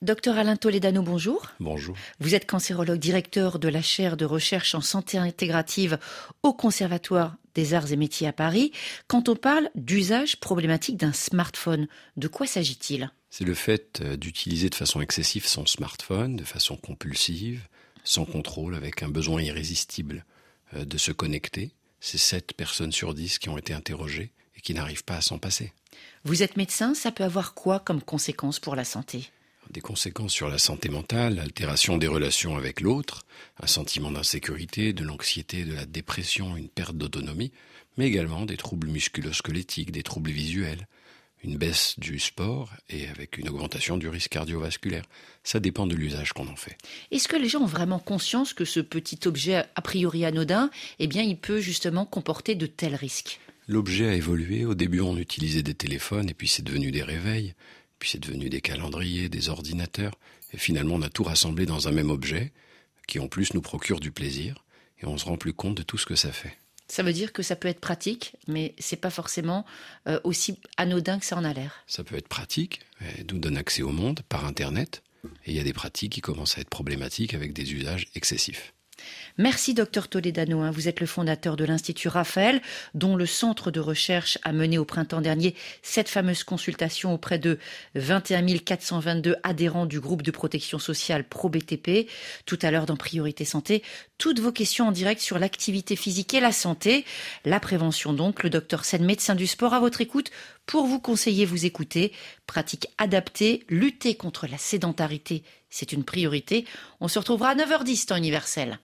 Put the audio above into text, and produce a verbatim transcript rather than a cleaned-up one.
Docteur Alain Toledano, bonjour. Bonjour. Vous êtes cancérologue directeur de la chaire de recherche en santé intégrative au Conservatoire des Arts et Métiers à Paris. Quand on parle d'usage problématique d'un smartphone, de quoi s'agit-il ? C'est le fait d'utiliser de façon excessive son smartphone, de façon compulsive, sans contrôle, avec un besoin irrésistible de se connecter. C'est sept personnes sur dix qui ont été interrogées et qui n'arrivent pas à s'en passer. Vous êtes médecin, ça peut avoir quoi comme conséquence pour la santé ? Des conséquences sur la santé mentale, l'altération des relations avec l'autre, un sentiment d'insécurité, de l'anxiété, de la dépression, une perte d'autonomie, mais également des troubles musculo-squelettiques, des troubles visuels, une baisse du sport et avec une augmentation du risque cardiovasculaire. Ça dépend de l'usage qu'on en fait. Est-ce que les gens ont vraiment conscience que ce petit objet a priori anodin, eh bien, il peut justement comporter de tels risques ? L'objet a évolué. Au début, on utilisait des téléphones et puis c'est devenu des réveils. Puis c'est devenu des calendriers, des ordinateurs. Et finalement, on a tout rassemblé dans un même objet qui, en plus, nous procure du plaisir. Et on ne se rend plus compte de tout ce que ça fait. Ça veut dire que ça peut être pratique, mais c'est pas forcément euh, aussi anodin que ça en a l'air. Ça peut être pratique, elle nous donne accès au monde par Internet. Et il y a des pratiques qui commencent à être problématiques avec des usages excessifs. Merci docteur Toledano, vous êtes le fondateur de l'Institut Raphaël, dont le centre de recherche a mené au printemps dernier cette fameuse consultation auprès de vingt et un mille quatre cent vingt-deux adhérents du groupe de protection sociale Pro B T P. Tout à l'heure dans Priorité Santé, toutes vos questions en direct sur l'activité physique et la santé, la prévention donc, le docteur Sen, médecin du sport à votre écoute pour vous conseiller, vous écouter, pratiques adaptées, lutter contre la sédentarité, c'est une priorité. On se retrouvera à neuf heures dix temps universel.